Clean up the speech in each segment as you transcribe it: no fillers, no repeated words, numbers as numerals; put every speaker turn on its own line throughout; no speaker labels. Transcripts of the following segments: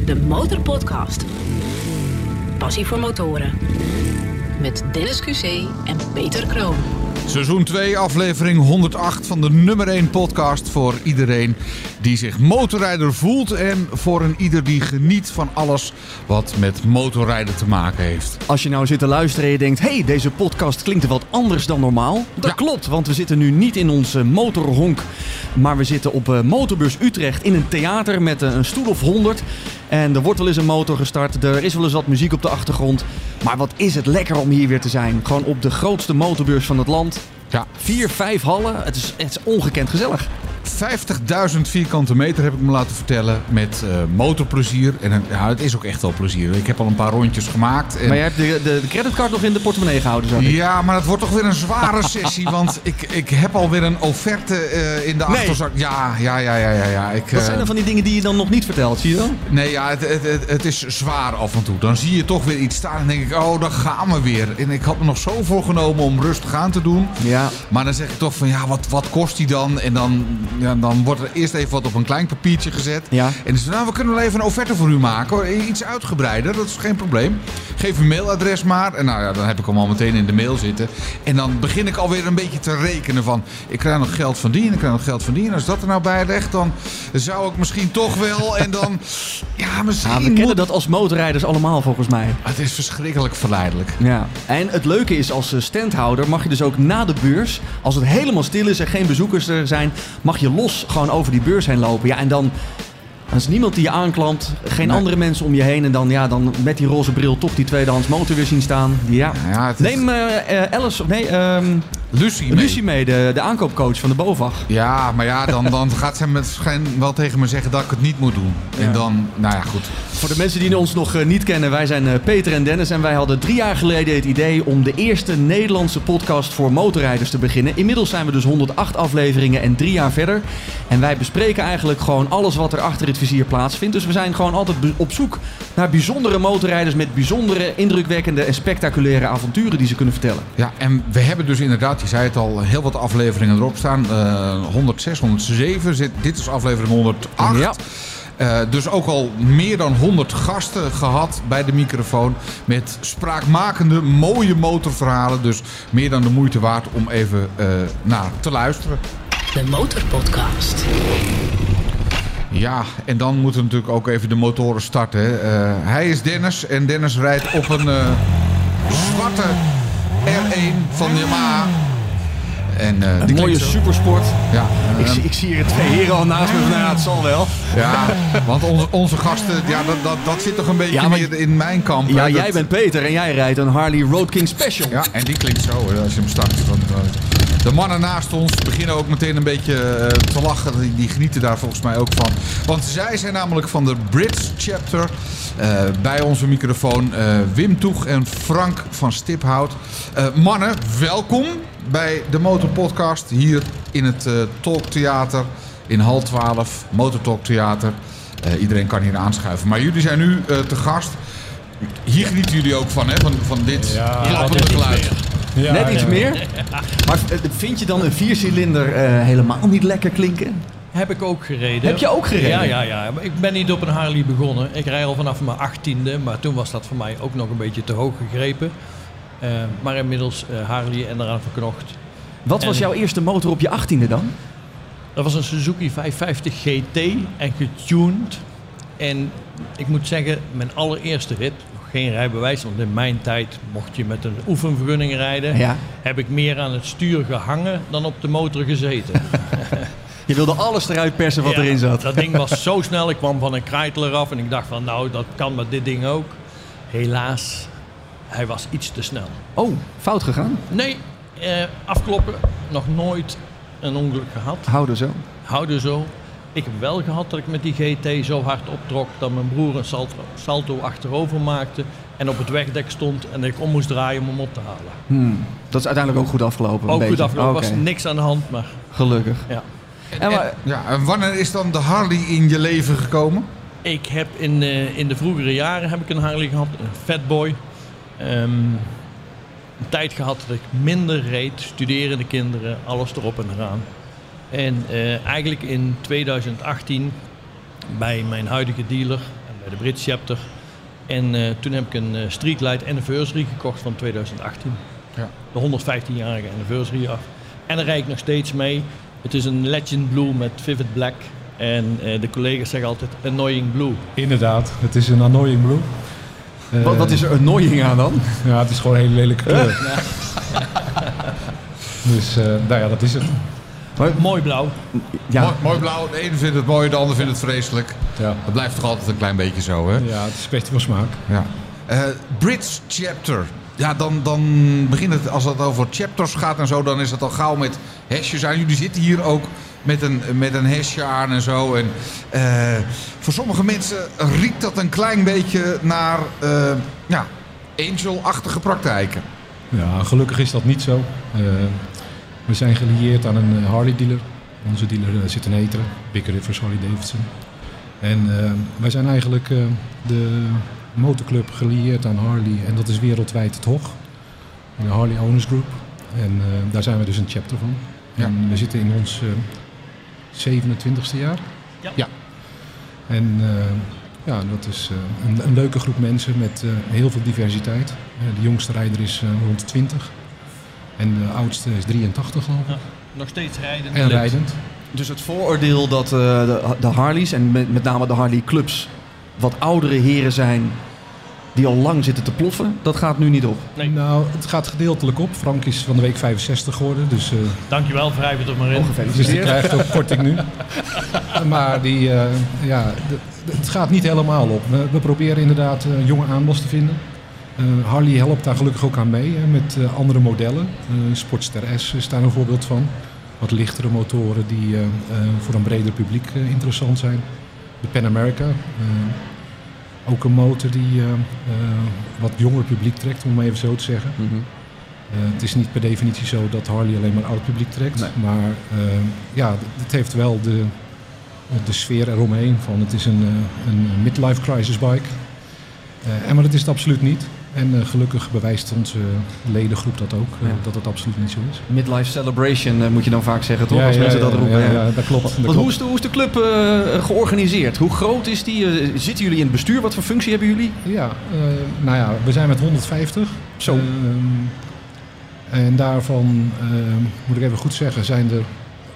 de Motorpodcast. Passie voor motoren. Met Dennis QC en Peter Kroon.
Seizoen 2, aflevering 108 van de nummer 1 podcast voor iedereen die zich motorrijder voelt en voor een ieder die geniet van alles wat met motorrijden te maken heeft.
Als je nou zit te luisteren en je denkt, hey, deze podcast klinkt wat anders dan normaal. Dat klopt, want we zitten nu niet in onze motorhonk, maar we zitten op Motorbeurs Utrecht in een theater met een stoel of 100. En er wordt wel eens een motor gestart, er is wel eens wat muziek op de achtergrond. Maar wat is het lekker om hier weer te zijn. Gewoon op de grootste motorbeurs van het land.
Ja.
4-5 hallen, het is ongekend gezellig.
50.000 vierkante meter heb ik me laten vertellen met motorplezier. En het is ook echt wel plezier. Ik heb al een paar rondjes gemaakt. En...
Maar jij hebt de creditcard nog in de portemonnee gehouden, zo.
Ja, maar dat wordt toch weer een zware sessie. Want ik heb alweer een offerte in de achterzak. Ja.
Wat zijn er van die dingen die je dan nog niet vertelt, zie je dan?
Nee, ja, het is zwaar af en toe. Dan zie je toch weer iets staan en denk ik, oh, daar gaan we weer. En ik had me nog zo voorgenomen om rustig aan te doen.
Ja.
Maar dan zeg ik toch van, ja, wat kost die dan? En dan wordt er eerst even wat op een klein papiertje gezet. Ja. En dan zeggen we kunnen wel even een offerte voor u maken, hoor. Iets uitgebreider, dat is geen probleem. Geef uw mailadres maar. En nou ja, dan heb ik hem al meteen in de mail zitten. En dan begin ik alweer een beetje te rekenen van, ik krijg nog geld van die en ik krijg nog geld van die. En als dat er nou bij ligt, dan zou ik misschien toch wel. En dan, ja, misschien...
Ja, we kennen dat als motorrijders allemaal, volgens mij.
Het is verschrikkelijk verleidelijk.
Ja. En het leuke is, als standhouder mag je dus ook na de beurs, als het helemaal stil is en geen bezoekers er zijn, mag je los gewoon over die beurs heen lopen. Ja, en dan is niemand die je aanklampt, geen andere mensen om je heen. En dan met die roze bril toch die tweedehands motor weer zien staan. Neem Lucie mee, de aankoopcoach van de BOVAG.
Ja, maar ja, dan gaat zij misschien wel tegen me zeggen dat ik het niet moet doen. Ja. En dan, nou ja, goed.
Voor de mensen die ons nog niet kennen, wij zijn Peter en Dennis. En wij hadden 3 jaar geleden het idee om de eerste Nederlandse podcast voor motorrijders te beginnen. Inmiddels zijn we dus 108 afleveringen en 3 jaar verder. En wij bespreken eigenlijk gewoon alles wat er achter het vizier plaatsvindt. Dus we zijn gewoon altijd op zoek naar bijzondere motorrijders met bijzondere, indrukwekkende en spectaculaire avonturen die ze kunnen vertellen.
Ja, en we hebben dus inderdaad, je zei het al, heel wat afleveringen erop staan. 106, 107, dit is aflevering 108. Ja. Dus ook al meer dan 100 gasten gehad bij de microfoon met spraakmakende, mooie motorverhalen. Dus meer dan de moeite waard om even naar te luisteren.
De Motorpodcast.
Ja, en dan moeten we natuurlijk ook even de motoren starten. Hij is Dennis en Dennis rijdt op een zwarte R1 van Yamaha. En,
een mooie supersport.
Ja,
ik zie hier 2 heren al naast me. Nou ja, het zal wel.
Ja, want onze gasten, ja, dat zit toch een beetje meer in mijn kamp.
Ja, jij bent Peter en jij rijdt een Harley Road King Special.
Ja, en die klinkt zo als je hem start. De mannen naast ons beginnen ook meteen een beetje te lachen. Die genieten daar volgens mij ook van. Want zij zijn namelijk van de Brits Chapter. Bij onze microfoon Wim Toeg en Frank van Stiphout. Mannen, welkom bij de Motorpodcast hier in het Talktheater in hal 12, Motortalk Theater. Iedereen kan hier aanschuiven. Maar jullie zijn nu te gast. Hier genieten jullie ook van, hè? Van dit klappende geluid.
Ja,
net iets meer. Maar vind je dan een 4-cilinder helemaal niet lekker klinken?
Heb ik ook gereden.
Heb je ook gereden?
Ja. Ik ben niet op een Harley begonnen. Ik rij al vanaf mijn 18e, maar toen was dat voor mij ook nog een beetje te hoog gegrepen. Maar inmiddels Harley en eraan verknocht.
Wat was jouw eerste motor op je 18e dan?
Dat was een Suzuki 550 GT en getuned. En ik moet zeggen, mijn allereerste rit, nog geen rijbewijs, want in mijn tijd mocht je met een oefenvergunning rijden. Ja. Heb ik meer aan het stuur gehangen dan op de motor gezeten.
Je wilde alles eruit persen wat erin zat.
Dat ding was zo snel. Ik kwam van een Kreitler af en ik dacht van nou, dat kan met dit ding ook. Helaas, hij was iets te snel.
Oh, fout gegaan?
Nee, afkloppen. Nog nooit een ongeluk gehad. Houden zo. Ik heb wel gehad dat ik met die GT zo hard optrok dat mijn broer een salto achterover maakte en op het wegdek stond en ik om moest draaien om hem op te halen.
Dat is uiteindelijk ook goed afgelopen?
Ook goed afgelopen. Er was niks aan de hand, maar...
Gelukkig.
Ja.
En wanneer is dan de Harley in je leven gekomen?
Ik heb in de vroegere jaren heb ik een Harley gehad, een Fatboy. Een tijd gehad dat ik minder reed, studerende kinderen, alles erop en eraan. En eigenlijk in 2018 bij mijn huidige dealer, en bij de Brits Chapter. En toen heb ik een Streetlight Anniversary gekocht van 2018.
Ja.
De 115-jarige anniversary af. En daar rijd ik nog steeds mee. Het is een Legend Blue met Vivid Black. En de collega's zeggen altijd Annoying Blue.
Inderdaad, het is een Annoying Blue.
Wat is er annoying aan dan?
Ja, het is gewoon een hele lelijke kleur. Dus nou ja, dat is het.
Mooi blauw.
Ja.
Mooi blauw. De ene vindt het mooi, de ander vindt het vreselijk.
Ja,
Dat blijft toch altijd een klein beetje zo, hè?
ja het is een kwestie van smaak.
Ja. Brits Chapter. Ja, dan begint het, als het over chapters gaat en zo, dan is het al gauw met hashjes aan. Jullie zitten hier ook met een hashje aan en zo. En voor sommige mensen riekt dat een klein beetje naar angel-achtige praktijken.
Ja, gelukkig is dat niet zo. We zijn gelieerd aan een Harley dealer. Onze dealer zit in Heteren, Big Rivers Harley Davidson. En wij zijn eigenlijk de motorclub gelieerd aan Harley. En dat is wereldwijd het HOG, de Harley Owners Group. En daar zijn we dus een chapter van.
Ja.
En we zitten in ons 27e jaar.
Ja.
En dat is een leuke groep mensen met heel veel diversiteit. De jongste rijder is rond de 20. En de oudste is 83 geloof ik.
Ja, nog steeds rijdend.
En rijdend.
Dus het vooroordeel dat de Harleys en met name de Harley clubs wat oudere heren zijn die al lang zitten te ploffen, dat gaat nu niet op.
Nee.
Nou, het gaat gedeeltelijk op. Frank is van de week 65 geworden, dus
Dankjewel, wrijf het er maar in.
dus die krijgt ook korting nu. Maar het gaat niet helemaal op. We proberen inderdaad jonge aanwas te vinden. Harley helpt daar gelukkig ook aan mee, hè, met andere modellen. Sportster S is daar een voorbeeld van. Wat lichtere motoren die voor een breder publiek interessant zijn. De Pan America, ook een motor die wat jonger publiek trekt, om maar even zo te zeggen.
Mm-hmm.
Het is niet per definitie zo dat Harley alleen maar oud publiek trekt.
Nee.
Maar het heeft wel de sfeer eromheen van het is een midlife crisis bike. Maar dat is het absoluut niet. En gelukkig bewijst onze ledengroep dat ook, dat het absoluut niet zo is.
Midlife celebration moet je dan vaak zeggen, toch? Als mensen dat roepen.
Ja, dat klopt.
Hoe is de club georganiseerd? Hoe groot is die? Zitten jullie in het bestuur? Wat voor functie hebben jullie?
Ja, we zijn met 150.
Zo.
En daarvan, moet ik even goed zeggen, zijn er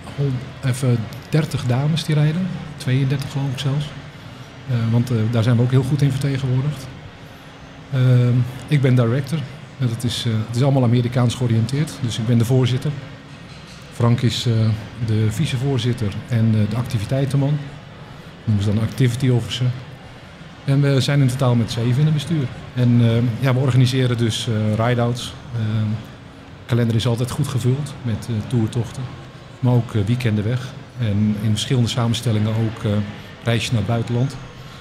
30 dames die rijden. 32 geloof ik zelfs. Want daar zijn we ook heel goed in vertegenwoordigd. Ik ben director. Het is allemaal Amerikaans georiënteerd. Dus ik ben de voorzitter. Frank is de vicevoorzitter en de activiteitenman. Noemen ze dan activity officer. En we zijn in totaal met 7 in het bestuur. En we organiseren dus ride-outs. De kalender is altijd goed gevuld met toertochten. Maar ook weekenden weg. En in verschillende samenstellingen ook reisjes naar het buitenland.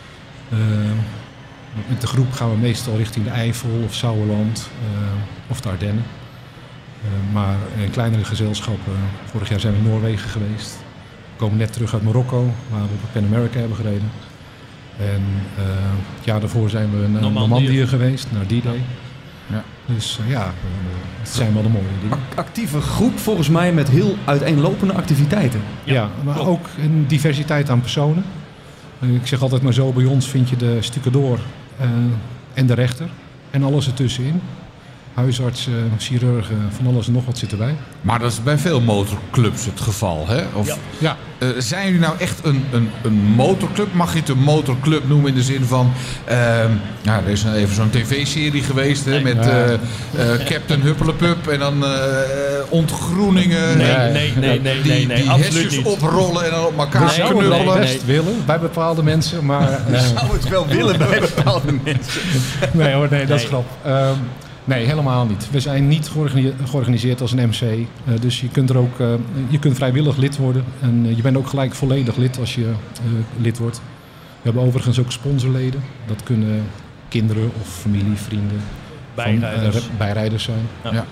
Met de groep gaan we meestal richting de Eifel of Sauerland of de Ardennen. Maar in kleinere gezelschappen, vorig jaar zijn we in Noorwegen geweest. We komen net terug uit Marokko, waar we op Pan America hebben gereden. En het jaar daarvoor zijn we naar Normandië geweest, naar D-Day.
Ja.
Dus het zijn wel de mooie dingen.
Actieve groep volgens mij met heel uiteenlopende activiteiten.
Ja, maar ook een diversiteit aan personen. Ik zeg altijd maar zo, bij ons vind je de stucadoor en de rechter en alles ertussenin. Huisartsen, chirurgen, van alles en nog wat zit erbij.
Maar dat is bij veel motorclubs het geval, hè? Of,
Ja.
zijn jullie nou echt een motorclub? Mag je het een motorclub noemen in de zin van... er is even zo'n tv-serie geweest hè, met Captain Huppelepup en dan ontgroeningen.
Nee,
die
absoluut
hesjes
niet.
oprollen en dan op elkaar
We zouden het
knuppelen.
best willen, bij bepaalde mensen, maar...
Zou het wel willen bij bepaalde mensen.
Nee hoor, dat is grap. Nee, helemaal niet. We zijn niet georganiseerd als een MC. Dus je kunt er ook, je kunt vrijwillig lid worden. En je bent ook gelijk volledig lid als je lid wordt. We hebben overigens ook sponsorleden. Dat kunnen kinderen of familie, vrienden, bijrijders zijn.
Ja.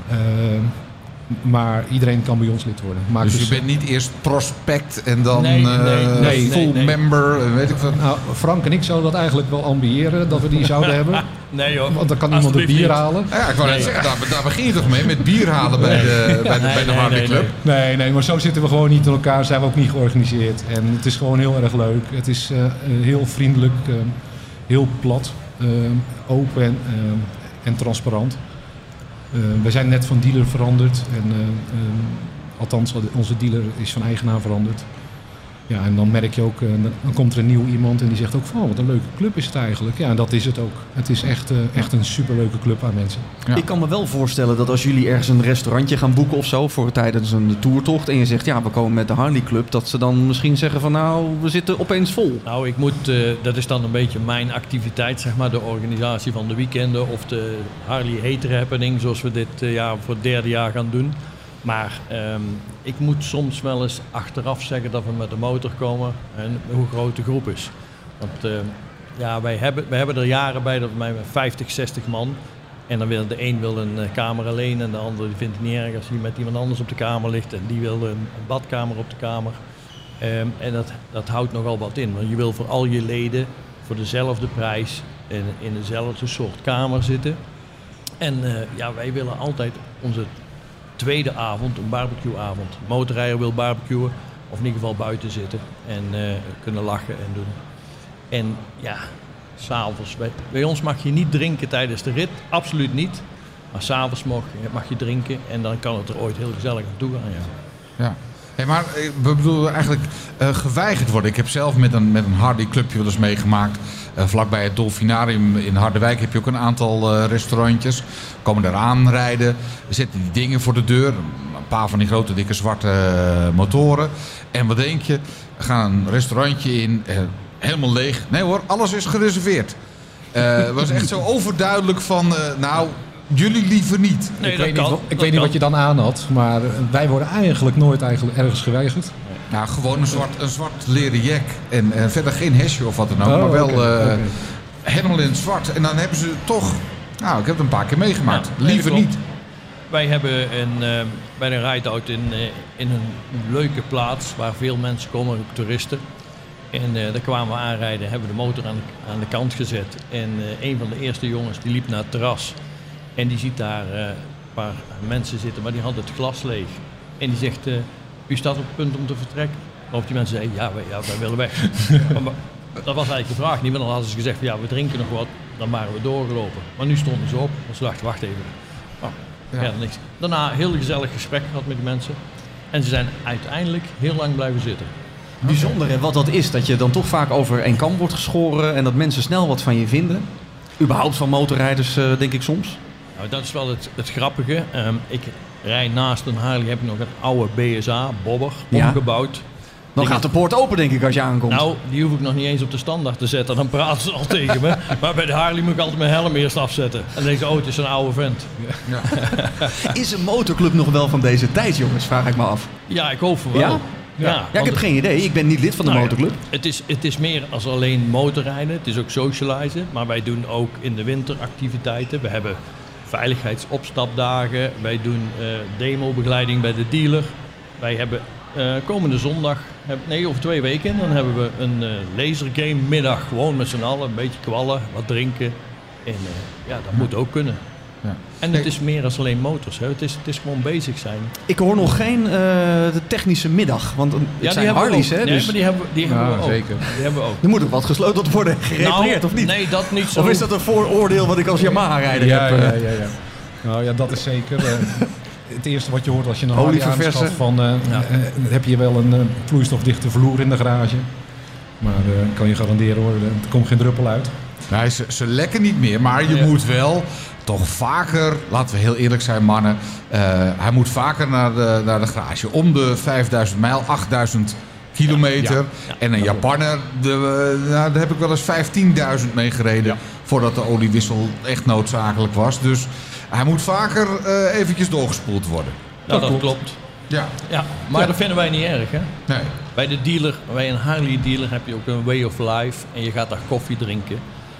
Maar iedereen kan bij ons lid worden.
Dus je bent niet eerst prospect en dan full
nee.
member, weet ik wat.
Nou, Frank en ik zouden dat eigenlijk wel ambiëren, dat we die zouden hebben.
Nee joh.
Want dan kan iemand het bier halen.
Ja, ik wou net zeggen, daar begin je toch mee, met bier halen bij de Harley Club.
Nee, maar zo zitten we gewoon niet in elkaar. Zijn we ook niet georganiseerd. En het is gewoon heel erg leuk. Het is heel vriendelijk. heel plat, open en transparant. We zijn net van dealer veranderd. Althans, onze dealer is van eigenaar veranderd. Ja, en dan merk je ook, dan komt er een nieuw iemand en die zegt ook van, wat een leuke club is het eigenlijk. Ja, en dat is het ook. Het is echt een superleuke club aan mensen.
Ja. Ik kan me wel voorstellen dat als jullie ergens een restaurantje gaan boeken of zo voor tijdens een toertocht en je zegt, ja, we komen met de Harley Club, dat ze dan misschien zeggen van, nou, we zitten opeens vol.
Nou, dat is dan een beetje mijn activiteit, zeg maar, de organisatie van de weekenden of de Harley Hater Happening, zoals we dit jaar voor het 3e jaar gaan doen. Maar ik moet soms wel eens achteraf zeggen dat we met de motor komen en hoe groot de groep is. Want wij hebben er jaren bij dat wij met 50, 60 man. En dan wil de een wil een kamer alleen en de ander die vindt het niet erg als hij met iemand anders op de kamer ligt. En die wil een badkamer op de kamer. En dat houdt nogal wat in. Want je wil voor al je leden voor dezelfde prijs in dezelfde soort kamer zitten. En wij willen altijd onze tweede avond, een barbecueavond. Motorrijder wil barbecuen of in ieder geval buiten zitten en kunnen lachen en doen. En ja, s'avonds, bij ons mag je niet drinken tijdens de rit, absoluut niet. Maar s'avonds mag je drinken en dan kan het er ooit heel gezellig aan toe gaan.
Ja. Hey, maar we bedoelen eigenlijk geweigerd worden. Ik heb zelf met een Harley clubje wel eens meegemaakt. Vlakbij het Dolfinarium in Harderwijk heb je ook een aantal restaurantjes. Komen daar aanrijden, zetten die dingen voor de deur. Een paar van die grote dikke zwarte motoren. En wat denk je? We gaan een restaurantje in, helemaal leeg. Nee hoor, alles is gereserveerd. Het was echt zo overduidelijk van, jullie liever niet.
Nee, ik weet niet wat je dan aan had, maar wij worden eigenlijk nooit ergens geweigerd.
Nou, gewoon een zwart leren jack en verder geen hesje of wat dan ook, maar wel helemaal in het zwart. En dan hebben ze toch, ik heb het een paar keer meegemaakt, liever niet.
Wij hebben bij een ride-out in een leuke plaats waar veel mensen komen, ook toeristen. En daar kwamen we aanrijden, hebben we de motor aan de kant gezet. En een van de eerste jongens die liep naar het terras. En die ziet daar een paar mensen zitten, maar die hadden het glas leeg. En die zegt, u staat op het punt om te vertrekken. Waarop die mensen zeiden, wij willen weg. Maar dat was eigenlijk de vraag niet, want dan hadden ze gezegd, we drinken nog wat. Dan waren we doorgelopen. Maar nu stonden ze op en ze dachten, wacht even. Niks. Daarna een heel gezellig gesprek gehad met die mensen. En ze zijn uiteindelijk heel lang blijven zitten.
Bijzonder hè, wat dat is, dat je dan toch vaak over één kam wordt geschoren en dat mensen snel wat van je vinden. Überhaupt van motorrijders, denk ik soms.
Nou, dat is wel het grappige. Ik rijd naast een Harley, heb ik nog een oude BSA, bobber, omgebouwd.
Dan gaat de poort open, denk ik, als je aankomt.
Nou, die hoef ik nog niet eens op de standaard te zetten. Dan praten ze al tegen me. Maar bij de Harley moet ik altijd mijn helm eerst afzetten. En dan denk ik, het is een oude vent.
Ja.
Is een motorclub nog wel van deze tijd, jongens? Vraag ik me af.
Ja, ik hoop voor wel.
Ja, ik heb geen idee. Ik ben niet lid van de motorclub.
Het is meer als alleen motorrijden. Het is ook socializen. Maar wij doen ook in de winter activiteiten. We hebben veiligheidsopstapdagen. Wij doen demobegeleiding bij de dealer. Wij hebben komende zondag, over 2 weken, dan hebben we een lasergame middag. Gewoon met z'n allen, een beetje kwallen, wat drinken. En dat moet ook kunnen. Ja. En het is meer dan alleen motors. Hè. Het is gewoon bezig zijn.
Ik hoor nog geen de technische middag. Want het zijn Harleys, hè?
Nee,
dus...
maar die hebben we ook.
Zeker.
Die hebben we ook.
Er moet ook wat gesleuteld worden gerepareerd, of niet?
Nee, dat niet zo.
Of is dat een vooroordeel wat ik als Yamaha-rijder heb?
Ja. Nou ja, dat is zeker. Het eerste wat je hoort als je een Harley aanschaft, heb je wel een vloeistofdichte vloer in de garage. Maar kan je garanderen hoor, er komt geen druppel uit.
Nee, ze lekken niet meer, maar je moet wel toch vaker, laten we heel eerlijk zijn mannen, hij moet vaker naar de garage. Om de 5000 mijl, 8000 kilometer. Ja. En een Japanner, daar heb ik wel eens 15.000 mee gereden voordat de oliewissel echt noodzakelijk was. Dus hij moet vaker eventjes doorgespoeld worden.
Nou, dat klopt.
Ja.
Maar dat vinden wij niet erg, hè?
Nee.
Bij een Harley dealer heb je ook een way of life en je gaat daar koffie drinken.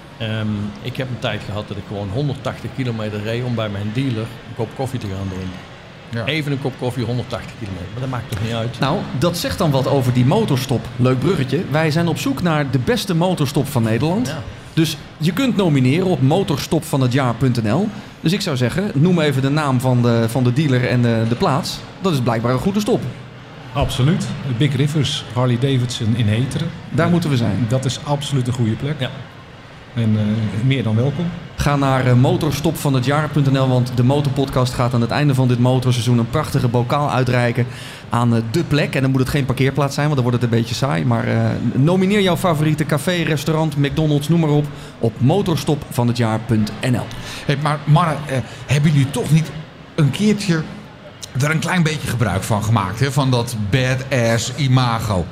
Ik heb een tijd gehad dat ik gewoon 180 kilometer reed om bij mijn dealer een kop koffie te gaan drinken. Ja. Even een kop koffie, 180 kilometer. Maar dat maakt toch niet uit?
Nou, dat zegt dan wat over die motorstop. Leuk bruggetje. Wij zijn op zoek naar de beste motorstop van Nederland. Ja. Dus je kunt nomineren op motorstopvanhetjaar.nl. Dus ik zou zeggen, noem even de naam van de dealer en de plaats. Dat is blijkbaar een goede stop.
Absoluut. Big Rivers, Harley Davidson in Heteren.
Daar moeten we zijn.
Dat is absoluut een goede plek.
Ja.
En meer dan welkom.
Ga naar motorstopvanhetjaar.nl, want de Motorpodcast gaat aan het einde van dit motorseizoen een prachtige bokaal uitreiken aan de plek. En dan moet het geen parkeerplaats zijn, want dan wordt het een beetje saai. Maar nomineer jouw favoriete café, restaurant, McDonald's, noem maar op motorstopvanhetjaar.nl.
Hey, maar mannen, hebben jullie toch niet een keertje er een klein beetje gebruik van gemaakt? Hè? Van dat badass imago.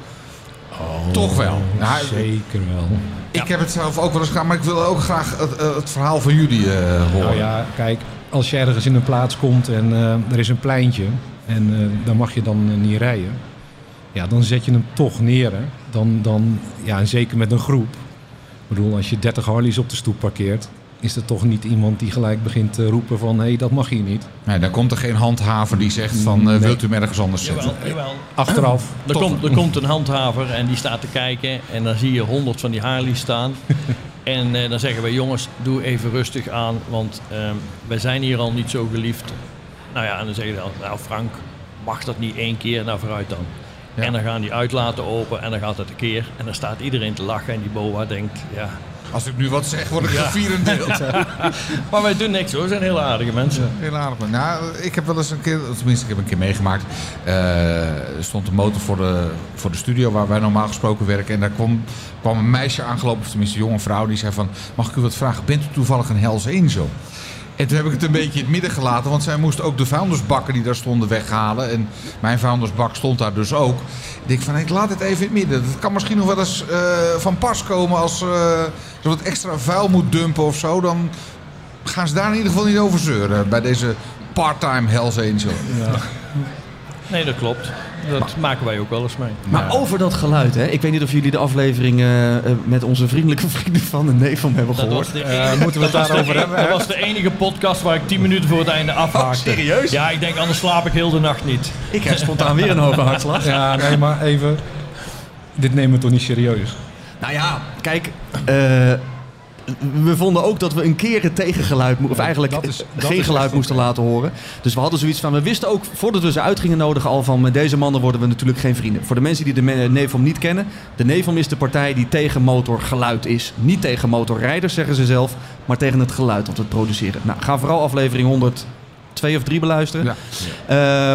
Toch wel. Ja,
zeker wel.
Ik heb het zelf ook wel eens gedaan, maar ik wil ook graag het verhaal van jullie horen.
Nou ja, kijk, als je ergens in een plaats komt en er is een pleintje en dan mag je dan niet rijden. Ja, dan zet je hem toch neer. Hè. Dan, en zeker met een groep. Ik bedoel, als je 30 Harleys op de stoep parkeert, is er toch niet iemand die gelijk begint te roepen van hé, dat mag hier niet.
Nee, dan komt er geen handhaver die zegt van wilt u hem ergens anders zetten?
Jawel.
Achteraf.
Er komt een handhaver en die staat te kijken en dan zie je 100 van die Harleys staan. En dan zeggen wij, jongens, doe even rustig aan, want wij zijn hier al niet zo geliefd. Nou ja, en dan zeggen ze, nou Frank, mag dat niet 1 keer? Nou, vooruit dan. Ja. En dan gaan die uitlaten open en dan gaat het een keer. En dan staat iedereen te lachen en die boa denkt, ja...
Als ik nu wat zeg, word ik gevierendeeld.
Maar wij doen niks hoor, we zijn heel aardige mensen.
Ja, heel aardig. Nou, ik heb wel eens een keer, tenminste ik heb een keer meegemaakt. Er stond een motor voor de studio waar wij normaal gesproken werken. En daar kwam een meisje aangelopen, of tenminste een jonge vrouw, die zei van... Mag ik u wat vragen, bent u toevallig een Hells Angel? En toen heb ik het een beetje in het midden gelaten, want zij moest ook de vuilnisbakken die daar stonden weghalen. En mijn vuilnisbak stond daar dus ook. Ik denk van, ik laat het even in het midden. Dat kan misschien nog wel eens van pas komen als ze wat extra vuil moet dumpen of zo. Dan gaan ze daar in ieder geval niet over zeuren bij deze part-time Hells Angel. Ja.
Nee, dat klopt. Dat maken wij ook wel eens mee.
Maar over dat geluid, hè? Ik weet niet of jullie de aflevering met onze vriendelijke vrienden van de NEFOM hebben gehoord.
Moeten we het daarover hebben?
Dat was de enige podcast waar ik 10 minuten voor het einde afhaakte.
Serieus?
Ja, ik denk anders slaap ik heel de nacht niet.
Ik krijg spontaan weer een hoge hartslag.
Ja, nee, maar even. Dit nemen we toch niet serieus?
Nou ja, kijk... we vonden ook dat we een keer het tegengeluid, of eigenlijk geen geluid moesten laten horen. Dus we hadden zoiets van, we wisten ook, voordat we ze uit gingen nodigen al van, met deze mannen worden we natuurlijk geen vrienden. Voor de mensen die de NEFOM niet kennen, de NEFOM is de partij die tegen motorgeluid is. Niet tegen motorrijders, zeggen ze zelf, maar tegen het geluid dat we produceren. Nou, ga vooral aflevering 102 of 3 beluisteren. Ja.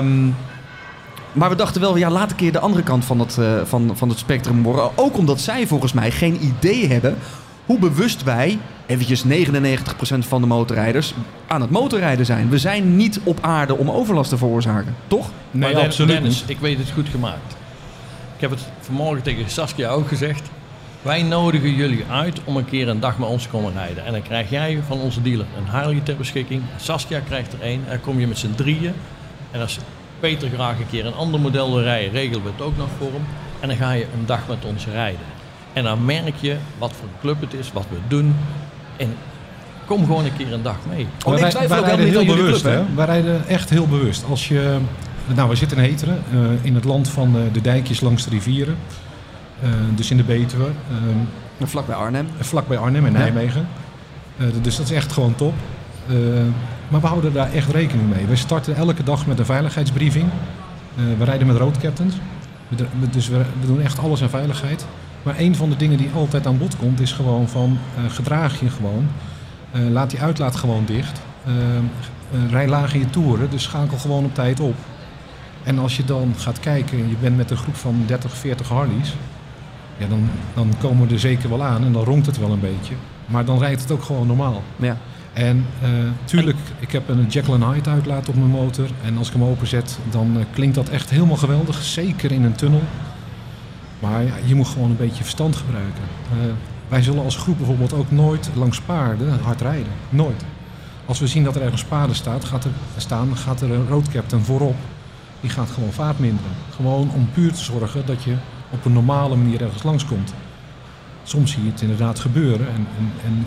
Maar we dachten wel, ja, laat een keer de andere kant van het spectrum horen. Ook omdat zij volgens mij geen idee hebben hoe bewust wij, eventjes 99% van de motorrijders, aan het motorrijden zijn. We zijn niet op aarde om overlast te veroorzaken, toch?
Nee,
maar
absoluut
Dennis,
niet.
ik weet het goed gemaakt. Ik heb het vanmorgen tegen Saskia ook gezegd. Wij nodigen jullie uit om een keer een dag met ons te komen rijden. En dan krijg jij van onze dealer een Harley ter beschikking. Saskia krijgt er 1. En dan kom je met z'n drieën. En als Peter graag een keer een ander model wil rijden, regelen we het ook nog voor hem. En dan ga je een dag met ons rijden. En dan merk je wat voor een club het is, wat we doen. En kom gewoon een keer een dag mee.
Oh, ik twijfel ook
rijden
niet aan
heel
jullie
bewust,
club, hè?
Wij rijden echt heel bewust. Als je, nou, we zitten in Heteren, in het land van de dijkjes langs de rivieren. Dus in de Betuwe.
Vlakbij Arnhem.
Vlakbij Arnhem en Nijmegen. Dus dat is echt gewoon top. Maar we houden daar echt rekening mee. We starten elke dag met een veiligheidsbriefing. We rijden met roadcaptains. Dus we doen echt alles aan veiligheid. Maar een van de dingen die altijd aan bod komt is gewoon van gedraag je gewoon. Laat die uitlaat gewoon dicht. Rij laag in je toeren, dus schakel gewoon op tijd op. En als je dan gaat kijken, je bent met een groep van 30, 40 Harleys. Ja, dan komen we er zeker wel aan en dan ronkt het wel een beetje. Maar dan rijdt het ook gewoon normaal.
Ja.
En tuurlijk, ik heb een Jekyll & Hyde uitlaat op mijn motor. En als ik hem openzet, dan klinkt dat echt helemaal geweldig. Zeker in een tunnel. Maar ja, je moet gewoon een beetje verstand gebruiken. Wij zullen als groep bijvoorbeeld ook nooit langs paarden hard rijden. Nooit. Als we zien dat er ergens paarden gaat er een roadcaptain voorop. Die gaat gewoon vaart minderen. Gewoon om puur te zorgen dat je op een normale manier ergens langskomt. Soms zie je het inderdaad gebeuren. En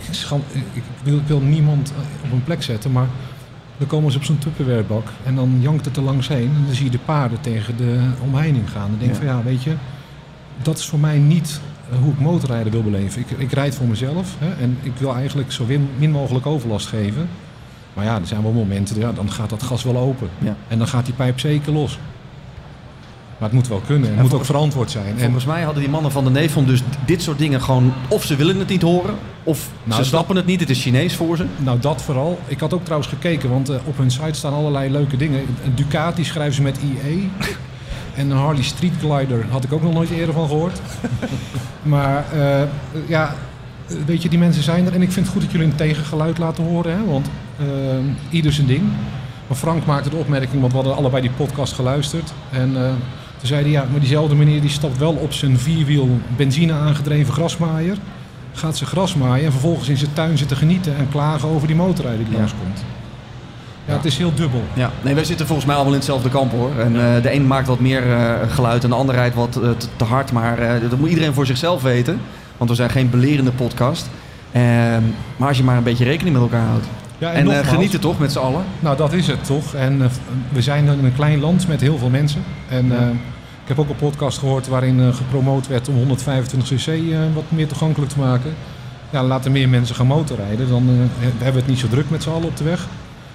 ik wil niemand op een plek zetten, maar dan komen ze op zo'n tupperwarebak en dan jankt het er langs heen. En dan zie je de paarden tegen de omheining gaan. Dan denk ik van ja, weet je, dat is voor mij niet hoe ik motorrijden wil beleven. Ik rijd voor mezelf en ik wil eigenlijk zo min mogelijk overlast geven. Maar ja, er zijn wel momenten, ja, dan gaat dat gas wel open. Ja. En dan gaat die pijp zeker los. Maar het moet wel kunnen. Het moet ook verantwoord zijn.
Volgens mij hadden die mannen van de NEFOM dus dit soort dingen gewoon, of ze willen het niet horen, Of ze snappen het niet, het is Chinees voor ze?
Nou, dat vooral. Ik had ook trouwens gekeken, want op hun site staan allerlei leuke dingen. Een Ducati schrijven ze met IE. En een Harley Street Glider had ik ook nog nooit eerder van gehoord. Maar weet je, die mensen zijn er. En ik vind het goed dat jullie een tegengeluid laten horen. Hè? Want ieder zijn ding. Maar Frank maakte de opmerking, want we hadden allebei die podcast geluisterd. En toen zei hij, maar diezelfde meneer die stapt wel op zijn 4-wiel benzine aangedreven grasmaaier. Gaat ze gras maaien en vervolgens in zijn tuin zitten genieten en klagen over die motorrijder die langskomt. Ja, het is heel dubbel.
Ja. Nee, wij zitten volgens mij allemaal in hetzelfde kamp hoor. En de een maakt wat meer geluid en de ander rijdt wat te hard. Maar dat moet iedereen voor zichzelf weten. Want we zijn geen belerende podcast. Maar als je maar een beetje rekening met elkaar houdt. Ja, en genieten toch met z'n allen?
Nou, dat is het toch. En we zijn in een klein land met heel veel mensen. En ik heb ook een podcast gehoord waarin gepromoot werd om 125cc wat meer toegankelijk te maken. Ja, laten meer mensen gaan motorrijden. Dan hebben we het niet zo druk met z'n allen op de weg.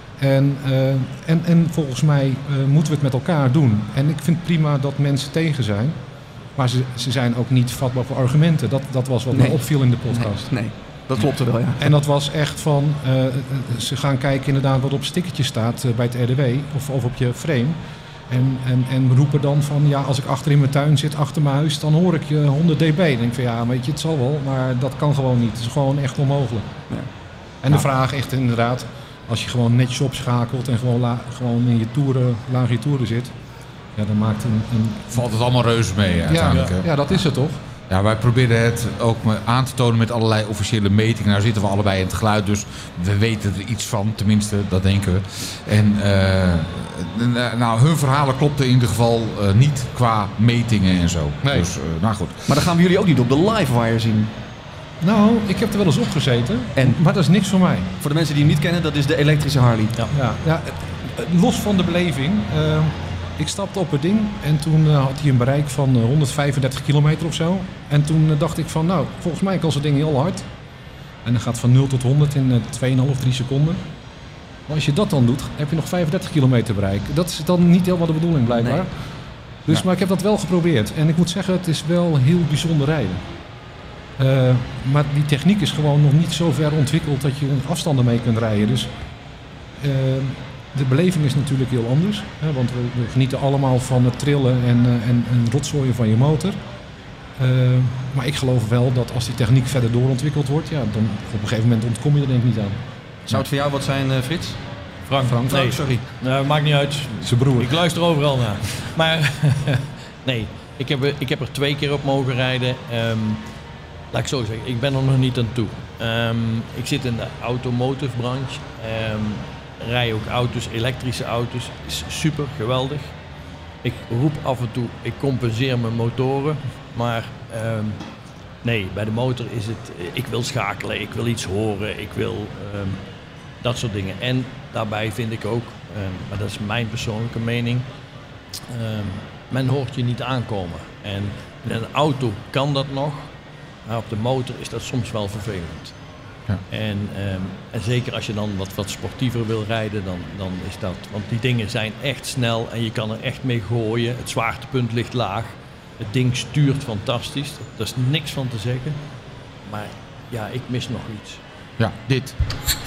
En volgens mij moeten we het met elkaar doen. En ik vind prima dat mensen tegen zijn. Maar ze zijn ook niet vatbaar voor argumenten. Dat was wat me opviel in de podcast.
Nee, dat klopte wel, ja.
En dat was echt van... ze gaan kijken inderdaad wat op het stickertje staat bij het RDW. Of op je frame. En roepen dan van... Ja, als ik achter in mijn tuin zit, achter mijn huis... dan hoor ik je 100 dB. Dan denk ik van ja, weet je, het zal wel. Maar dat kan gewoon niet. Het is gewoon echt onmogelijk. Ja. En de vraag echt inderdaad... Als je gewoon netjes opschakelt en gewoon in je toeren, laag je toeren zit, ja, dan maakt
valt het allemaal reuze mee uiteindelijk.
Ja, dat is het toch?
Ja, wij proberen het ook aan te tonen met allerlei officiële metingen. Nou zitten we allebei in het geluid, dus we weten er iets van, tenminste, dat denken we. En hun verhalen klopten in ieder geval niet qua metingen en zo.
Nee.
Dus, nou goed.
Maar dan gaan we jullie ook niet op de Livewire zien.
Nou, ik heb er wel eens op gezeten, maar dat is niks voor mij.
Voor de mensen die hem niet kennen, dat is de elektrische Harley.
Ja, los van de beleving. Ik stapte op het ding en toen had hij een bereik van 135 kilometer of zo. En toen dacht ik van, nou, volgens mij kan zo'n ding heel hard. En dan gaat van 0 tot 100 in 2,5, 3 seconden. Maar als je dat dan doet, heb je nog 35 kilometer bereik. Dat is dan niet helemaal de bedoeling blijkbaar. Nee. Dus, maar ik heb dat wel geprobeerd. En ik moet zeggen, het is wel heel bijzonder rijden. Maar die techniek is gewoon nog niet zo ver ontwikkeld dat je afstanden mee kunt rijden. Dus de beleving is natuurlijk heel anders. Hè, want we genieten allemaal van het trillen en rotzooien van je motor. Maar ik geloof wel dat als die techniek verder doorontwikkeld wordt, ja, dan op een gegeven moment ontkom je er denk ik niet aan.
Zou het voor jou wat zijn, Frits?
Frank. Nee, sorry. Maakt niet uit.
Zijn broer. Ik
luister overal naar. Maar nee, ik heb er 2 keer op mogen rijden. Laat ik zo zeggen, ik ben er nog niet aan toe. Ik zit in de automotive branche. Rij ook auto's, elektrische auto's. Is super, geweldig. Ik roep af en toe, ik compenseer mijn motoren. Maar nee, bij de motor is het, ik wil schakelen, ik wil iets horen, ik wil dat soort dingen. En daarbij vind ik ook, maar dat is mijn persoonlijke mening, men hoort je niet aankomen. En in een auto kan dat nog. Maar op de motor is dat soms wel vervelend. Ja. En zeker als je dan wat sportiever wil rijden, dan is dat... Want die dingen zijn echt snel en je kan er echt mee gooien. Het zwaartepunt ligt laag. Het ding stuurt fantastisch. Daar is niks van te zeggen. Maar ja, ik mis nog iets.
Ja, dit.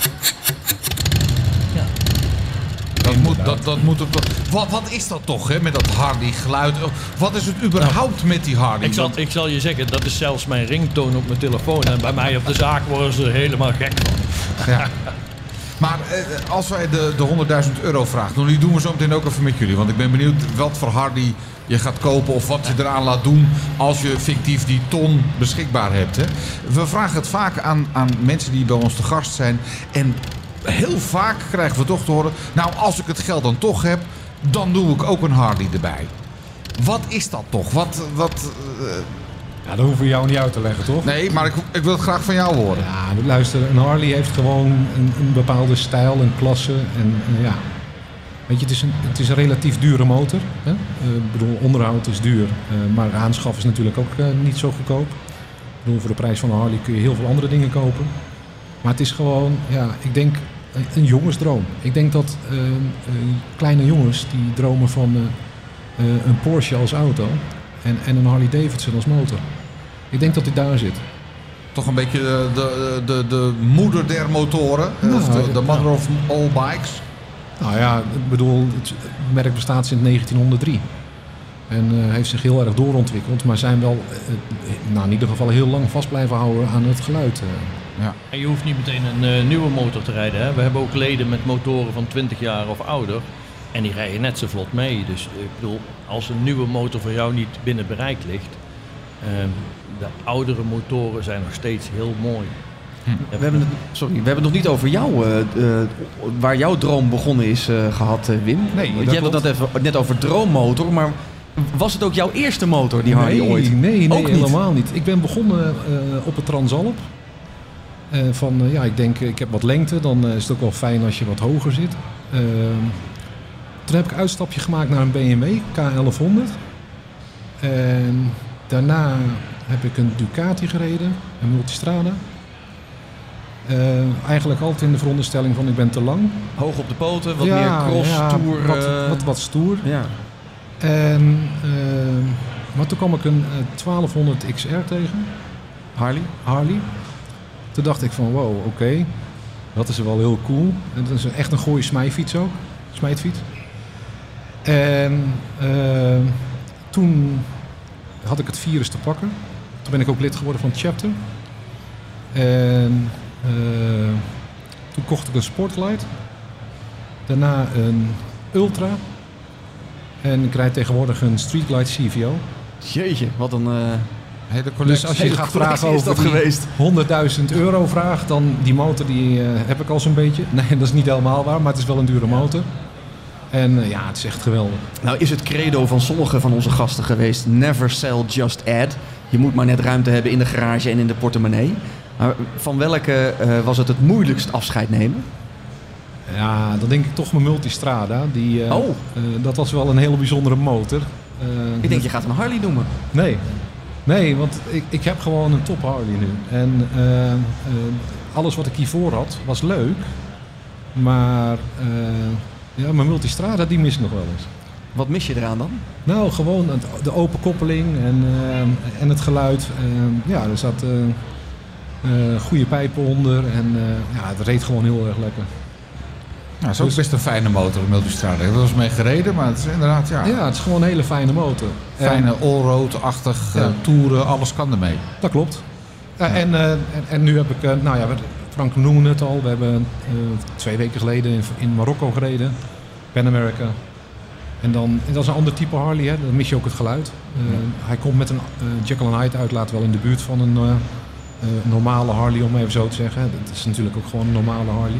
Ja.
Dat moet wat is dat toch, hè, met dat Harley geluid? Wat is het überhaupt met die Harley?
Ik zal je zeggen, dat is zelfs mijn ringtoon op mijn telefoon. En bij mij op de zaak worden ze er helemaal gek van.
Ja. Maar als wij de €100.000 vragen, dan die doen we zo meteen ook even met jullie. Want ik ben benieuwd wat voor Harley je gaat kopen of wat je eraan laat doen als je fictief die ton beschikbaar hebt. Hè. We vragen het vaak aan mensen die bij ons te gast zijn. En heel vaak krijgen we toch te horen, nou, als ik het geld dan toch heb, dan doe ik ook een Harley erbij. Wat is dat toch?
Ja, dat hoeven we jou niet uit te leggen, toch?
Nee, maar ik wil het graag van jou horen.
Ja, luister, een Harley heeft gewoon een bepaalde stijl en klasse. En ja, weet je, het is een relatief dure motor. Hè? Ik bedoel, onderhoud is duur, maar aanschaf is natuurlijk ook niet zo goedkoop. Ik bedoel, voor de prijs van een Harley kun je heel veel andere dingen kopen. Maar het is gewoon, ja, ik denk een jongensdroom. Ik denk dat kleine jongens die dromen van een Porsche als auto en een Harley Davidson als motor. Ik denk dat dit daar zit.
toch een beetje de moeder der motoren. Of de mother of all bikes.
Nou ja, ik bedoel, het merk bestaat sinds 1903. En heeft zich heel erg doorontwikkeld. Maar zijn wel in ieder geval heel lang vast blijven houden aan het geluid.
Ja.
En je hoeft niet meteen een nieuwe motor te rijden. Hè? We hebben ook leden met motoren van 20 jaar of ouder. En die rijden net zo vlot mee. Dus ik bedoel, als een nieuwe motor voor jou niet binnen bereik ligt... de oudere motoren zijn nog steeds heel mooi.
We hebben het nog niet over jou, waar jouw droom begonnen is gehad, Wim.
Nee,
je had het net over droommotor, maar was het ook jouw eerste motor, die Harley ooit?
Nee,
ook
helemaal niet. Ik ben begonnen op het Transalp. Ik denk, ik heb wat lengte, dan is het ook wel fijn als je wat hoger zit. Toen heb ik een uitstapje gemaakt naar een BMW K1100. En daarna heb ik een Ducati gereden, een Multistrada. Eigenlijk altijd in de veronderstelling van ik ben te lang.
Hoog op de poten, wat meer cross, stoer.
Wat stoer.
Ja.
Maar toen kwam ik een 1200 XR tegen. Harley. Toen dacht ik van wow, oké. Dat is wel heel cool. En dat is echt een goeie smijtfiets ook. Smijtfiets. En toen had ik het virus te pakken. Toen ben ik ook lid geworden van Chapter. En toen kocht ik een Sportlight. Daarna een Ultra. En ik rijd tegenwoordig een Streetlight CVO.
Jeetje, wat een...
Dus als je gaat vragen over die €100.000 vraagt, dan die motor die heb ik al zo'n beetje. Nee, dat is niet helemaal waar, maar het is wel een dure motor. En het is echt geweldig.
Nou is het credo van sommige van onze gasten geweest, never sell, just add. Je moet maar net ruimte hebben in de garage en in de portemonnee. Maar van welke was het moeilijkst afscheid nemen?
Ja, dan denk ik toch mijn Multistrada. Dat was wel een hele bijzondere motor.
Ik denk, je gaat een Harley noemen.
Nee, want ik heb gewoon een top Harley nu. En alles wat ik hiervoor had, was leuk. Maar mijn Multistrada, die mis ik nog wel eens.
Wat mis je eraan dan?
Nou, gewoon de open koppeling en het geluid. Er zat goede pijpen onder. En het reed gewoon heel erg lekker.
Ja, het is ook best een fijne motor, de Multistrada. Ik heb er wel eens mee gereden, maar het is inderdaad... Ja,
het is gewoon een hele fijne motor.
Fijne allroad-achtig toeren, alles kan ermee.
Dat klopt. En nu heb ik... Frank noemde het al. We hebben 2 weken geleden in Marokko gereden. Pan America. En dat is een ander type Harley, hè. Dan mis je ook het geluid. Hij komt met een Jekyll and Hyde uitlaat wel in de buurt van een normale Harley, om even zo te zeggen. Dat is natuurlijk ook gewoon een normale Harley.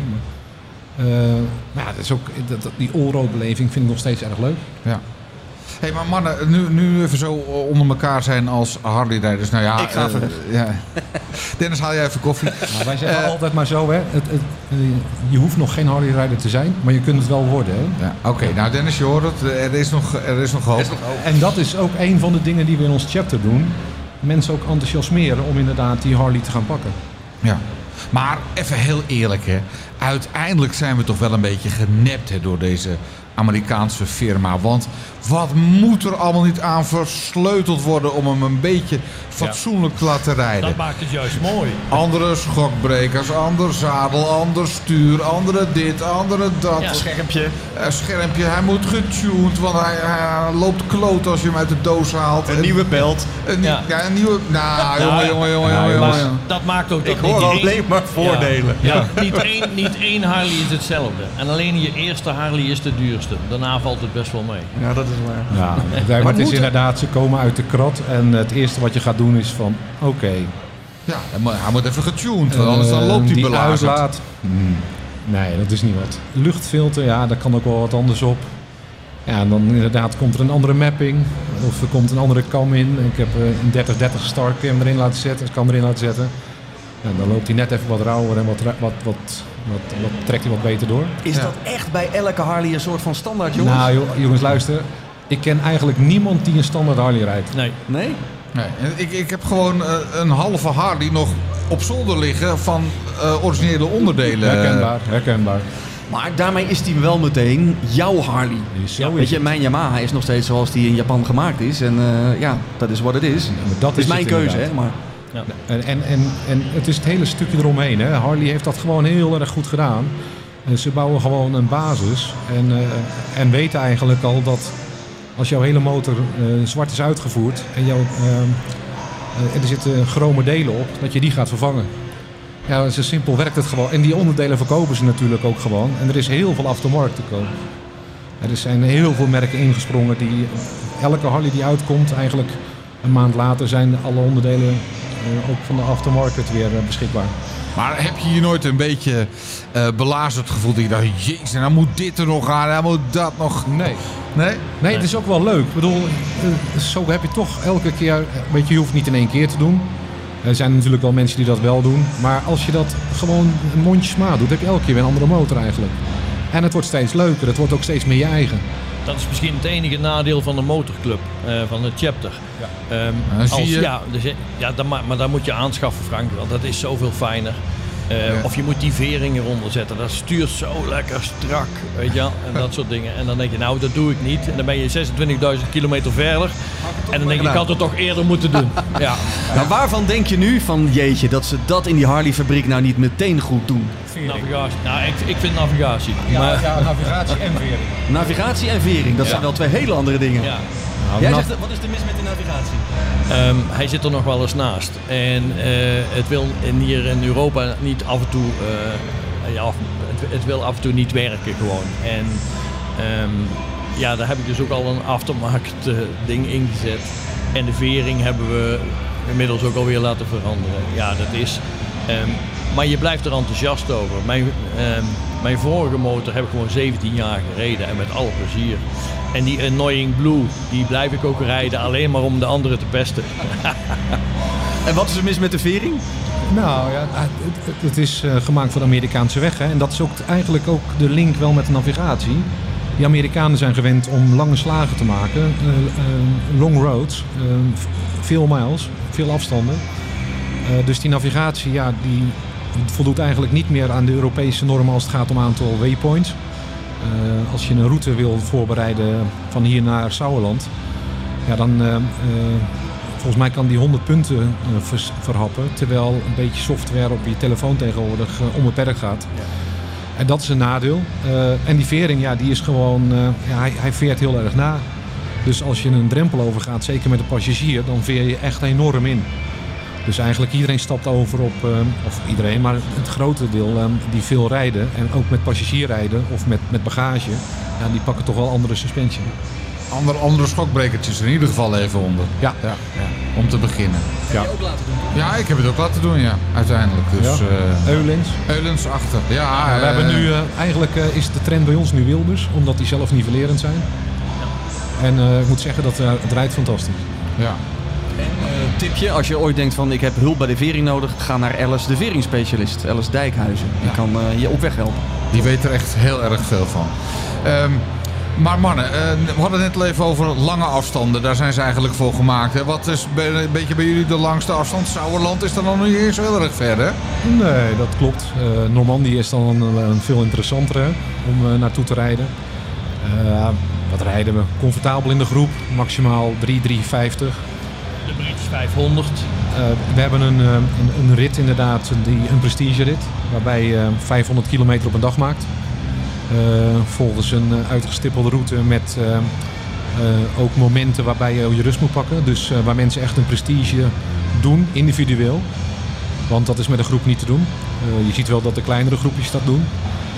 Dat is ook, die allroad beleving vind ik nog steeds erg leuk. Ja.
Hey, maar mannen, nu even zo onder elkaar zijn als Harley-rijders. Nou ja,
ik ga even.
Dennis, haal jij even koffie.
Wij zeggen altijd maar zo, hè. Je hoeft nog geen Harley-rijder te zijn, maar je kunt het wel worden, hè.
Ja, Oké, nou Dennis, je hoort het. Er is nog hoop.
En dat is ook een van de dingen die we in ons chapter doen. Mensen ook enthousiasmeren om inderdaad die Harley te gaan pakken.
Ja. Maar even heel eerlijk, hè. Uiteindelijk zijn we toch wel een beetje genept, hè, door deze Amerikaanse firma. Want wat moet er allemaal niet aan versleuteld worden om hem een beetje fatsoenlijk te laten rijden?
Dat maakt het juist mooi.
Andere schokbrekers, ander zadel, ander stuur, andere dit, andere dat.
Ja,
schermpje, hij moet getuned, want hij loopt kloot als je hem uit de doos haalt.
Een nieuwe belt.
Een nieuwe... Nou, jongen.
Dat maakt ook dat
ik hoor alleen maar voordelen.
Niet één Harley is hetzelfde. En alleen je eerste Harley is de duurste. Daarna valt het best wel mee.
Ja, dat is waar.
Ja, maar het is inderdaad, ze komen uit de krat en het eerste wat je gaat doen is van, oké.
Ja, hij moet even getuned, want anders dan loopt hij belazerd.
Uitlaat, nee, dat is niet wat. Luchtfilter, daar kan ook wel wat anders op. Ja, en dan inderdaad komt er een andere mapping of er komt een andere cam in. Ik heb een 3030 Starcam erin laten zetten, En dan loopt hij net even wat rauwer en wat trekt hij wat beter door.
Is dat echt bij elke Harley een soort van standaard, jongens?
Nou, jongens, luister. Ik ken eigenlijk niemand die een standaard Harley rijdt.
Nee?
Ik heb gewoon een halve Harley nog op zolder liggen van originele onderdelen.
Herkenbaar.
Maar daarmee is die wel meteen jouw Harley. Weet je, mijn Yamaha is nog steeds zoals die in Japan gemaakt is. En dat is wat het is.
Dat
is mijn keuze, hè. Maar...
Ja.
En het is het hele stukje eromheen. Hè. Harley heeft dat gewoon heel erg goed gedaan. Ze bouwen gewoon een basis. En weten eigenlijk al dat als jouw hele motor zwart is uitgevoerd en er zitten chrome delen op, dat je die gaat vervangen. Ja, zo simpel werkt het gewoon. En die onderdelen verkopen ze natuurlijk ook gewoon. En er is heel veel aftermarket te kopen. Er zijn heel veel merken ingesprongen die elke Harley die uitkomt, eigenlijk een maand later zijn alle onderdelen ook van de aftermarket weer beschikbaar.
Maar heb je hier nooit een beetje belazerd gevoeld? Dat je dacht, jezus, nou moet dit er nog aan, nou moet dat nog... Nee, het is ook wel leuk. Ik bedoel, zo heb je toch elke keer... Weet je hoeft niet in één keer te doen. Er zijn natuurlijk wel mensen die dat wel doen. Maar als je dat gewoon mondjesmaat doet, heb je elke keer weer een andere motor eigenlijk. En het wordt steeds leuker. Het wordt ook steeds meer je eigen.
Dat is misschien het enige nadeel van de motorclub, van de chapter. Ja. Maar daar moet je aanschaffen, Frank, want dat is zoveel fijner. Of je moet die vering eronder zetten. Dat stuurt zo lekker strak, weet je wel. En dat soort dingen. En dan denk je, nou, dat doe ik niet. En dan ben je 26.000 kilometer verder. En dan denk je, ik had het toch eerder moeten doen. Ja.
Nou, waarvan denk je nu van, jeetje, dat ze dat in die Harley-fabriek nou niet meteen goed doen?
Navigatie. Nou, ik vind navigatie.
Navigatie en vering.
Navigatie en vering, dat zijn wel twee hele andere dingen.
Ja.
Jij zegt, wat is er mis met de navigatie?
Hij zit er nog wel eens naast. En het wil hier in Europa niet af en toe... het wil af en toe niet werken gewoon. En daar heb ik dus ook al een aftermarket ding ingezet. En de vering hebben we inmiddels ook alweer laten veranderen. Ja, dat is... maar je blijft er enthousiast over. Mijn vorige motor heb ik gewoon 17 jaar gereden en met alle plezier. En die Annoying Blue, die blijf ik ook rijden alleen maar om de anderen te pesten.
En wat is er mis met de vering?
Nou ja, het is gemaakt voor de Amerikaanse weg. Hè? En dat is ook eigenlijk ook de link wel met de navigatie. Die Amerikanen zijn gewend om lange slagen te maken. Long roads, veel miles, veel afstanden. Dus die navigatie, ja, die voldoet eigenlijk niet meer aan de Europese normen als het gaat om aantal waypoints. Als je een route wil voorbereiden van hier naar Sauerland, ja, dan volgens mij kan die 100 punten verhappen, terwijl een beetje software op je telefoon tegenwoordig onbeperkt gaat. Ja. En dat is een nadeel. En die vering, ja, die is gewoon, hij veert heel erg na. Dus als je een drempel overgaat, zeker met een passagier, dan veer je echt enorm in. Dus eigenlijk iedereen stapt over op, of iedereen, maar het grote deel die veel rijden en ook met passagierrijden of met bagage, ja, die pakken toch wel andere suspensie.
Andere schokbrekertjes in ieder geval even onder.
Ja.
Om te beginnen.
Heb je ook laten doen?
Ja, ik heb het ook laten doen, ja, uiteindelijk. Dus, Eulens achter. Ja,
we hebben nu, eigenlijk is de trend bij ons nu Wilbers, omdat die zelf nivellerend zijn. Ja. En ik moet zeggen dat het rijdt fantastisch.
Ja.
Tipje, als je ooit denkt van ik heb hulp bij de vering nodig, ga naar Alice, de veringspecialist. Alice Dijkhuizen. Die kan je op weg helpen.
Die weet er echt heel erg veel van. Maar mannen, we hadden het net al even over lange afstanden. Daar zijn ze eigenlijk voor gemaakt. Hè? Wat is een beetje bij jullie de langste afstand? Sauerland is dan nog niet eens heel erg ver, hè?
Nee, dat klopt. Normandië is dan een veel interessantere om naartoe te rijden. Wat rijden we? Comfortabel in de groep. Maximaal 3,350.
De British 500.
We hebben een rit inderdaad, een prestige rit. Waarbij je 500 kilometer op een dag maakt. Volgens een uitgestippelde route met ook momenten waarbij je je rust moet pakken. Dus waar mensen echt een prestige doen, individueel. Want dat is met een groep niet te doen. Je ziet wel dat de kleinere groepjes dat doen.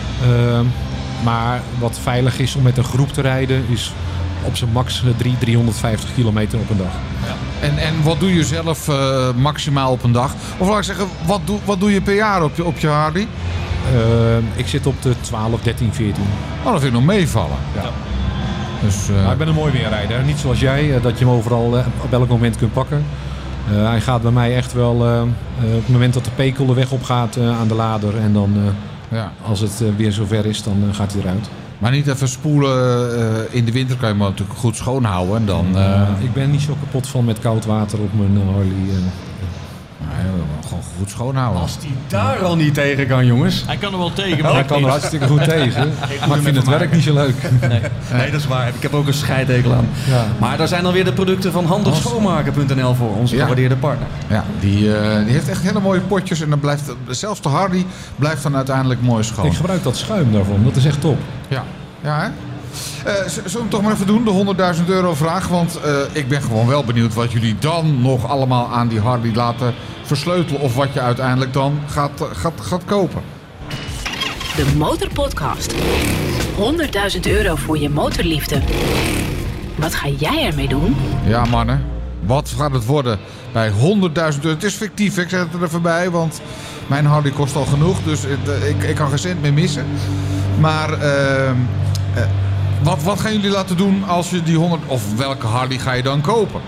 Maar wat veilig is om met een groep te rijden is op zijn max 350 kilometer op een dag.
Ja. En wat doe je zelf maximaal op een dag? Of laat ik zeggen, wat doe je per jaar op je Harley?
Ik zit op de 12, 13, 14.
Oh, dat vind ik nog meevallen.
Ja.
Dus,
maar ik ben een mooi weerrijder. Niet zoals jij, dat je hem overal op elk moment kunt pakken. Hij gaat bij mij echt wel op het moment dat de pekel de weg op gaat aan de lader. En dan als het weer zover is, dan gaat hij eruit.
Maar niet even spoelen. In de winter kan je hem natuurlijk goed schoonhouden. En dan,
ik ben niet zo kapot van met koud water op mijn Harley.
gewoon goed schoonhouden.
Als die daar al niet tegen kan, jongens.
Hij kan er wel tegen, maar
Hij
ik
kan er
niet.
hartstikke goed tegen. Maar ik vind het werk niet zo leuk.
Nee, dat is waar. Ik heb ook een scheidtekel aan.
Ja.
Maar daar zijn alweer de producten van handigschoonmaken.nl voor, onze
Ja.
gewaardeerde partner.
Ja, die heeft echt hele mooie potjes. En dan blijft zelfs de Harley blijft dan uiteindelijk mooi schoon.
Ik gebruik dat schuim daarvan. Dat is echt top.
Ja, ja hè? Zullen we hem toch maar even doen, de €100.000 vraag? Want ik ben gewoon wel benieuwd wat jullie dan nog allemaal aan die Harley laten versleutelen. Of wat je uiteindelijk dan gaat kopen.
De Motorpodcast. €100.000 voor je motorliefde. Wat ga jij ermee doen?
Ja, mannen. Wat gaat het worden bij €100.000? Het is fictief, ik zet het er even bij. Want mijn Harley kost al genoeg. Dus ik kan geen cent meer missen. Maar wat gaan jullie laten doen als je die 100... Of welke Harley ga je dan kopen?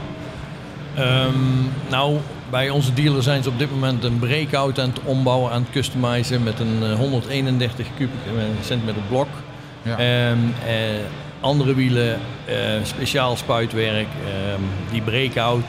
Nou, bij onze dealer zijn ze op dit moment een breakout aan het ombouwen, aan het customizen met een 131 centimeter blok.
Ja.
Andere wielen, speciaal spuitwerk. Die breakout,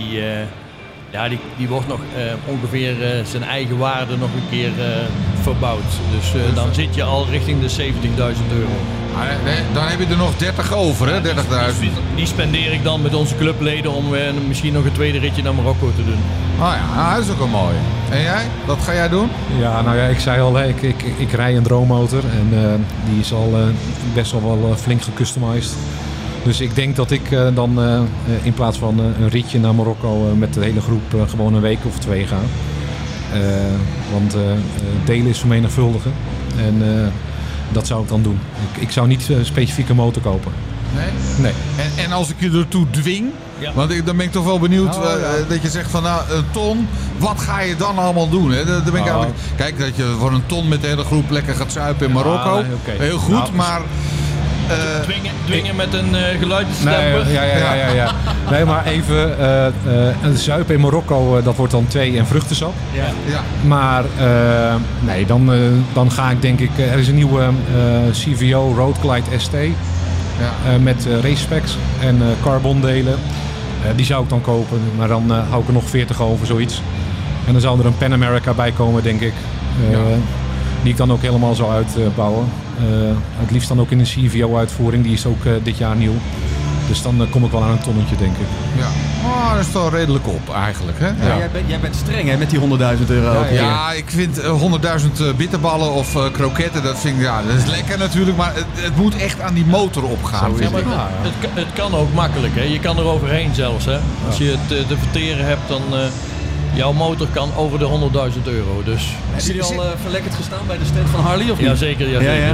die wordt nog ongeveer zijn eigen waarde nog een keer verbouwd. Dus dan zit je al richting de €70.000.
Dan heb je er nog 30 over, hè? 30.000.
Die spendeer ik dan met onze clubleden om misschien nog een tweede ritje naar Marokko te doen.
Oh ja, dat is ook wel mooi. En jij? Wat ga jij doen?
Ja, nou ja, ik zei al, ik rij een droommotor. En die is al best wel flink gecustomized. Dus ik denk dat ik dan in plaats van een ritje naar Marokko met de hele groep gewoon een week of 2 ga. Want delen is vermenigvuldigen. En dat zou ik dan doen. Ik zou niet specifiek een motor kopen.
Nee?
Nee.
En als ik je ertoe dwing,
Ja.
want dan ben ik toch wel benieuwd
Oh, ja.
dat je zegt van nou, een ton, wat ga je dan allemaal doen? Hè? Dan ben ik eigenlijk, kijk, dat je voor een ton met de hele groep lekker gaat zuipen in Marokko.
nee, oké.
Heel goed,
Nou,
maar...
Dwingen met een geluidsdemper.
Nee, ja. Nee, maar even, een zuipen in Marokko, dat wordt dan thee en vruchtensap.
ja.
Maar nee, dan ga ik denk ik... er is een nieuwe CVO Road Glide ST met race specs en carbondelen. Die zou ik dan kopen, maar dan hou ik er nog 40 over, zoiets. En dan zou er een Pan America bij komen, denk ik. Die ik dan ook helemaal zou uitbouwen. Het liefst dan ook in een CVO-uitvoering. Die is ook dit jaar nieuw. Dus dan kom ik wel aan een tonnetje, denk ik.
Ja. Oh, dat is toch redelijk op eigenlijk, hè?
Ja. Jij bent streng hè, met die €100.000 ook.
Ja, ik vind 100.000 bitterballen of kroketten, dat vind ik, ja, dat is lekker natuurlijk, maar het moet echt aan die motor opgaan, vind ik.
Het kan ook makkelijk, hè. Je kan er overheen zelfs, hè. Als je het te verteren hebt, dan... jouw motor kan over de €100.000. Dus...
Hebben jullie al verlekkerd gestaan bij de stand van Harley of niet?
Jazeker.
Ja.
Ja.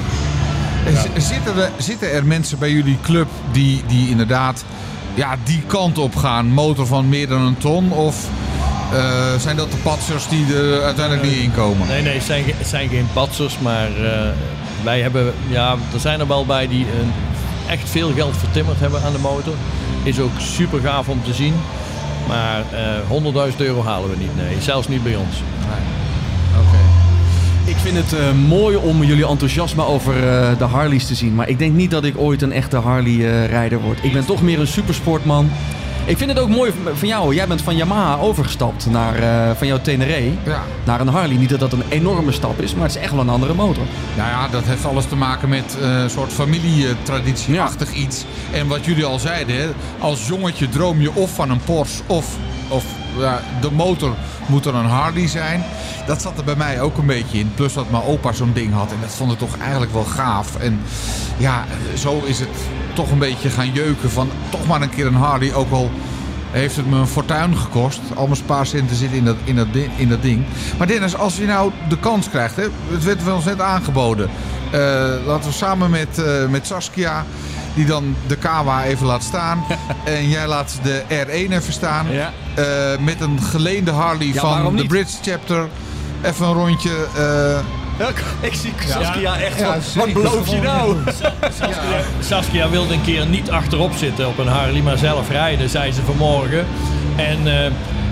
Zitten er mensen bij jullie club die inderdaad die kant op gaan, motor van meer dan een ton? Of zijn dat de patsers die er uiteindelijk niet in komen?
Nee, het zijn geen patsers, maar wij hebben... Ja, er zijn er wel bij die echt veel geld vertimmerd hebben aan de motor. Is ook super gaaf om te zien. Maar €100.000 halen we niet, nee. Zelfs niet bij ons.
Oké.
Ik vind het mooi om jullie enthousiasme over de Harleys te zien. Maar ik denk niet dat ik ooit een echte Harley-rijder word. Ik ben toch meer een supersportman. Ik vind het ook mooi van jou. Jij bent van Yamaha overgestapt van jouw Tenere naar een Harley. Niet dat dat een enorme stap is, maar het is echt wel een andere motor.
Nou ja, dat heeft alles te maken met een soort familietraditieachtig iets. En wat jullie al zeiden, hè, als jongetje droom je of van een Porsche of de motor moet er een Harley zijn. Dat zat er bij mij ook een beetje in. Plus dat mijn opa zo'n ding had. En dat vond ik toch eigenlijk wel gaaf. En ja, zo is het toch een beetje gaan jeuken van toch maar een keer een Harley. Ook al heeft het me een fortuin gekost. Al mijn spaarcenten zitten in dat ding. Maar Dennis, als je nou de kans krijgt. Hè, het werd ons net aangeboden. Laten we samen met Saskia, die dan de Kawa even laat staan. En jij laat de R1 even staan.
Ja.
Met een geleende Harley van de Brits Chapter. Even een rondje.
Ik zie Saskia echt van, wat beloof je nou?
Saskia wilde een keer niet achterop zitten op een Harley, maar zelf rijden, zei ze vanmorgen. En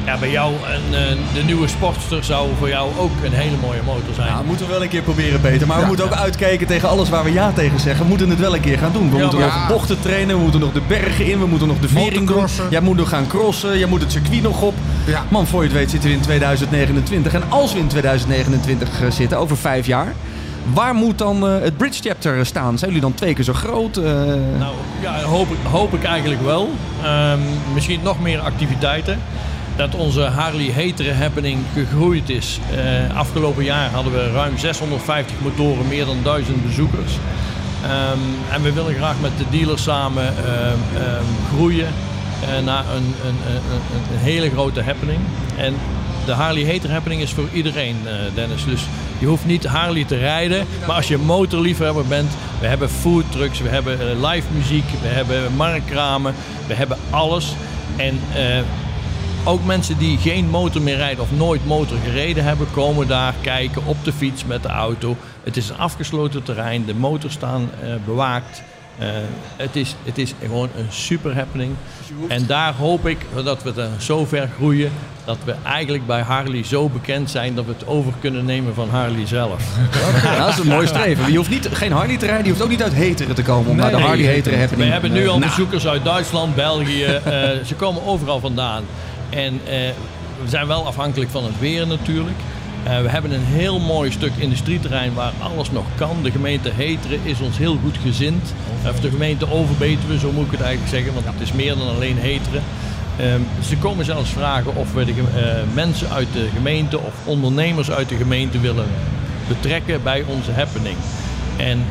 Ja, bij jou de nieuwe Sportster zou voor jou ook een hele mooie motor zijn.
Nou, dat moeten we wel een keer proberen, Peter. Maar we moeten ook uitkijken tegen alles waar we ja tegen zeggen. We moeten het wel een keer gaan doen. We moeten nog bochten trainen, we moeten nog de bergen in, we moeten nog de vering doen. Jij moet nog gaan crossen, jij moet het circuit nog op. Ja. Man, voor je het weet zitten we in 2029. En als we in 2029 zitten, over 5 jaar... Waar moet dan het Bridge Chapter staan? Zijn jullie dan 2 keer zo groot?
Nou, ja, hoop ik eigenlijk wel. Misschien nog meer activiteiten. Dat onze Harley Heteren happening gegroeid is. Afgelopen jaar hadden we ruim 650 motoren, meer dan 1000 bezoekers. En we willen graag met de dealers samen groeien naar een hele grote happening. En de Harley Hater happening is voor iedereen, Dennis. Dus je hoeft niet Harley te rijden. Maar als je motorliefhebber bent, we hebben foodtrucks, we hebben live muziek, we hebben marktkramen, we hebben alles. En ook mensen die geen motor meer rijden of nooit motor gereden hebben, komen daar kijken op de fiets met de auto. Het is een afgesloten terrein, de motors staan bewaakt. Het is gewoon een super happening. En daar hoop ik dat we zo ver groeien dat we eigenlijk bij Harley zo bekend zijn dat we het over kunnen nemen van Harley zelf.
Ja, dat is een mooi streven. Je hoeft geen Harley te rijden, je hoeft ook niet uit Heteren te komen om naar de Harley Heteren happening.
We hebben nu al bezoekers uit Duitsland, België. Ze komen overal vandaan. En we zijn wel afhankelijk van het weer natuurlijk. We hebben een heel mooi stuk industrieterrein waar alles nog kan. De gemeente Heteren is ons heel goed gezind. Of de gemeente Overbetuwe, zo moet ik het eigenlijk zeggen, want het is meer dan alleen Heteren. Ze komen zelfs vragen of we de mensen uit de gemeente of ondernemers uit de gemeente willen betrekken bij onze happening. En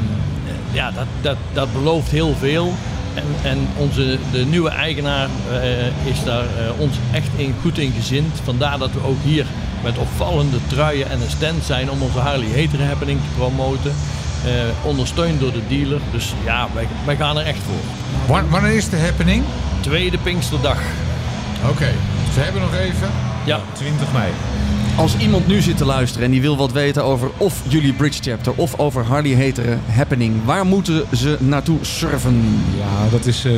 dat belooft heel veel. En de nieuwe eigenaar is daar ons echt goed in gezind. Vandaar dat we ook hier met opvallende truien en een stand zijn om onze Harley Heteren happening te promoten. Ondersteund door de dealer. Dus ja, wij gaan er echt voor.
Wanneer is de happening?
Tweede Pinksterdag.
Oké, dus we hebben nog even.
Ja.
20 mei.
Als iemand nu zit te luisteren en die wil wat weten over of jullie Bridge Chapter of over Harley Heteren happening, waar moeten ze naartoe surfen?
Ja, dat is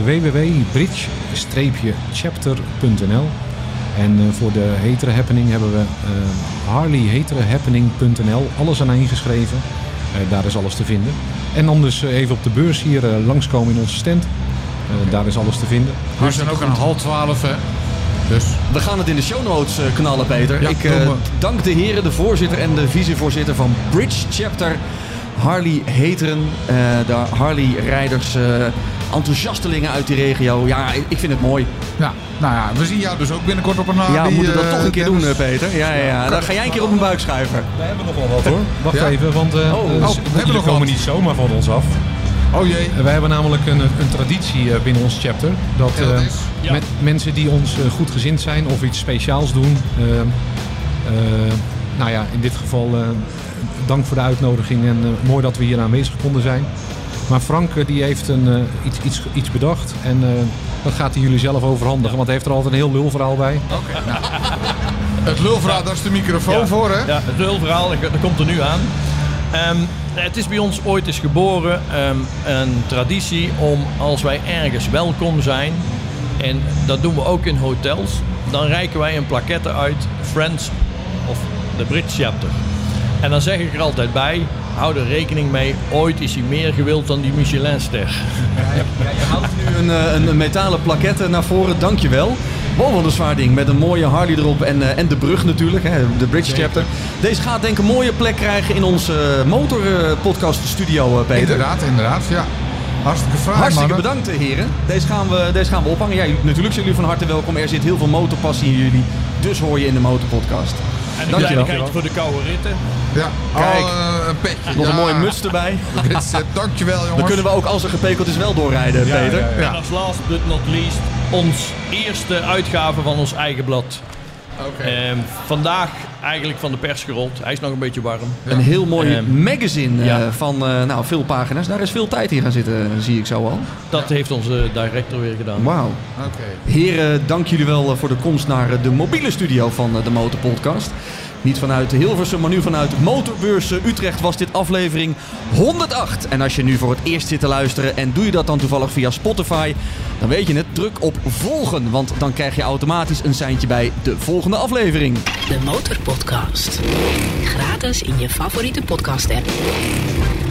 www.bridge-chapter.nl. En voor de Heteren happening hebben we harleyheterenhappening.nl. Alles aan ingeschreven. Daar is alles te vinden. En anders even op de beurs hier langskomen in onze stand. Daar is alles te vinden.
We zijn ook aan 11:30, hè? Dus.
We gaan het in de show notes knallen, Peter.
Ja,
ik dank de heren, de voorzitter en de vicevoorzitter van Bridge Chapter. Harley Heteren, de Harley-rijders, enthousiastelingen uit die regio. Ja, ik vind het mooi.
Ja, nou ja, we zien jou dus ook binnenkort op een Harley.
Ja, we moeten dat toch een keer doen, Peter. Ja. Dan ga jij een keer op mijn buik schuiven.
We hebben nog wel wat hoor. Wacht even, want
we
jullie komen niet zomaar van ons af.
Oh jee.
Wij hebben namelijk een traditie binnen ons chapter. Dat met mensen die ons goed gezind zijn of iets speciaals doen. Nou ja, in dit geval dank voor de uitnodiging en mooi dat we hier aanwezig konden zijn. Maar Frank die heeft iets bedacht en dat gaat hij jullie zelf overhandigen. Want hij heeft er altijd een heel lulverhaal bij.
Oké. Nou. Het lulverhaal, daar is de microfoon voor, hè?
Ja, het lulverhaal, dat komt er nu aan. Het is bij ons ooit eens geboren een traditie om als wij ergens welkom zijn, en dat doen we ook in hotels, dan reiken wij een plaquette uit Friends of the Bridge Chapter. En dan zeg ik er altijd bij, hou er rekening mee, ooit is hij meer gewild dan die Michelinster.
Ja, je houdt nu een metalen plaquette naar voren, dankjewel. Wow, wat een zwaar ding. Met een mooie Harley erop en de brug natuurlijk, hè, de Bridge Chapter. Deze gaat denk ik een mooie plek krijgen in onze motorpodcast studio, Peter.
Inderdaad, ja. Hartstikke fraai,
Hartstikke bedankt, heren. Deze gaan we ophangen. Ja, natuurlijk zijn jullie van harte welkom. Er zit heel veel motorpassie in jullie. Dus hoor je in de motorpodcast.
En de kleinigheid voor de koude ritten.
Ja,
kijk,
een petje.
Nog een mooie muts erbij.
Dankjewel, jongens.
Dan kunnen we ook als er gepekeld is wel doorrijden, Peter.
Ja.
En als last but not least, ons eerste uitgave van ons eigen blad. Vandaag eigenlijk van de pers gerold. Hij is nog een beetje warm.
Een heel mooi magazine van veel pagina's. Daar is veel tijd in gaan zitten, zie ik zo al.
Dat heeft onze director weer gedaan.
Wauw. Heren, dank jullie wel voor de komst naar de mobiele studio van de Motorpodcast. Niet vanuit Hilversum, maar nu vanuit Motorbeurs Utrecht was dit aflevering 108. En als je nu voor het eerst zit te luisteren en doe je dat dan toevallig via Spotify, dan weet je het, druk op volgen, want dan krijg je automatisch een seintje bij de volgende aflevering.
De Motorpodcast. Gratis in je favoriete podcast app.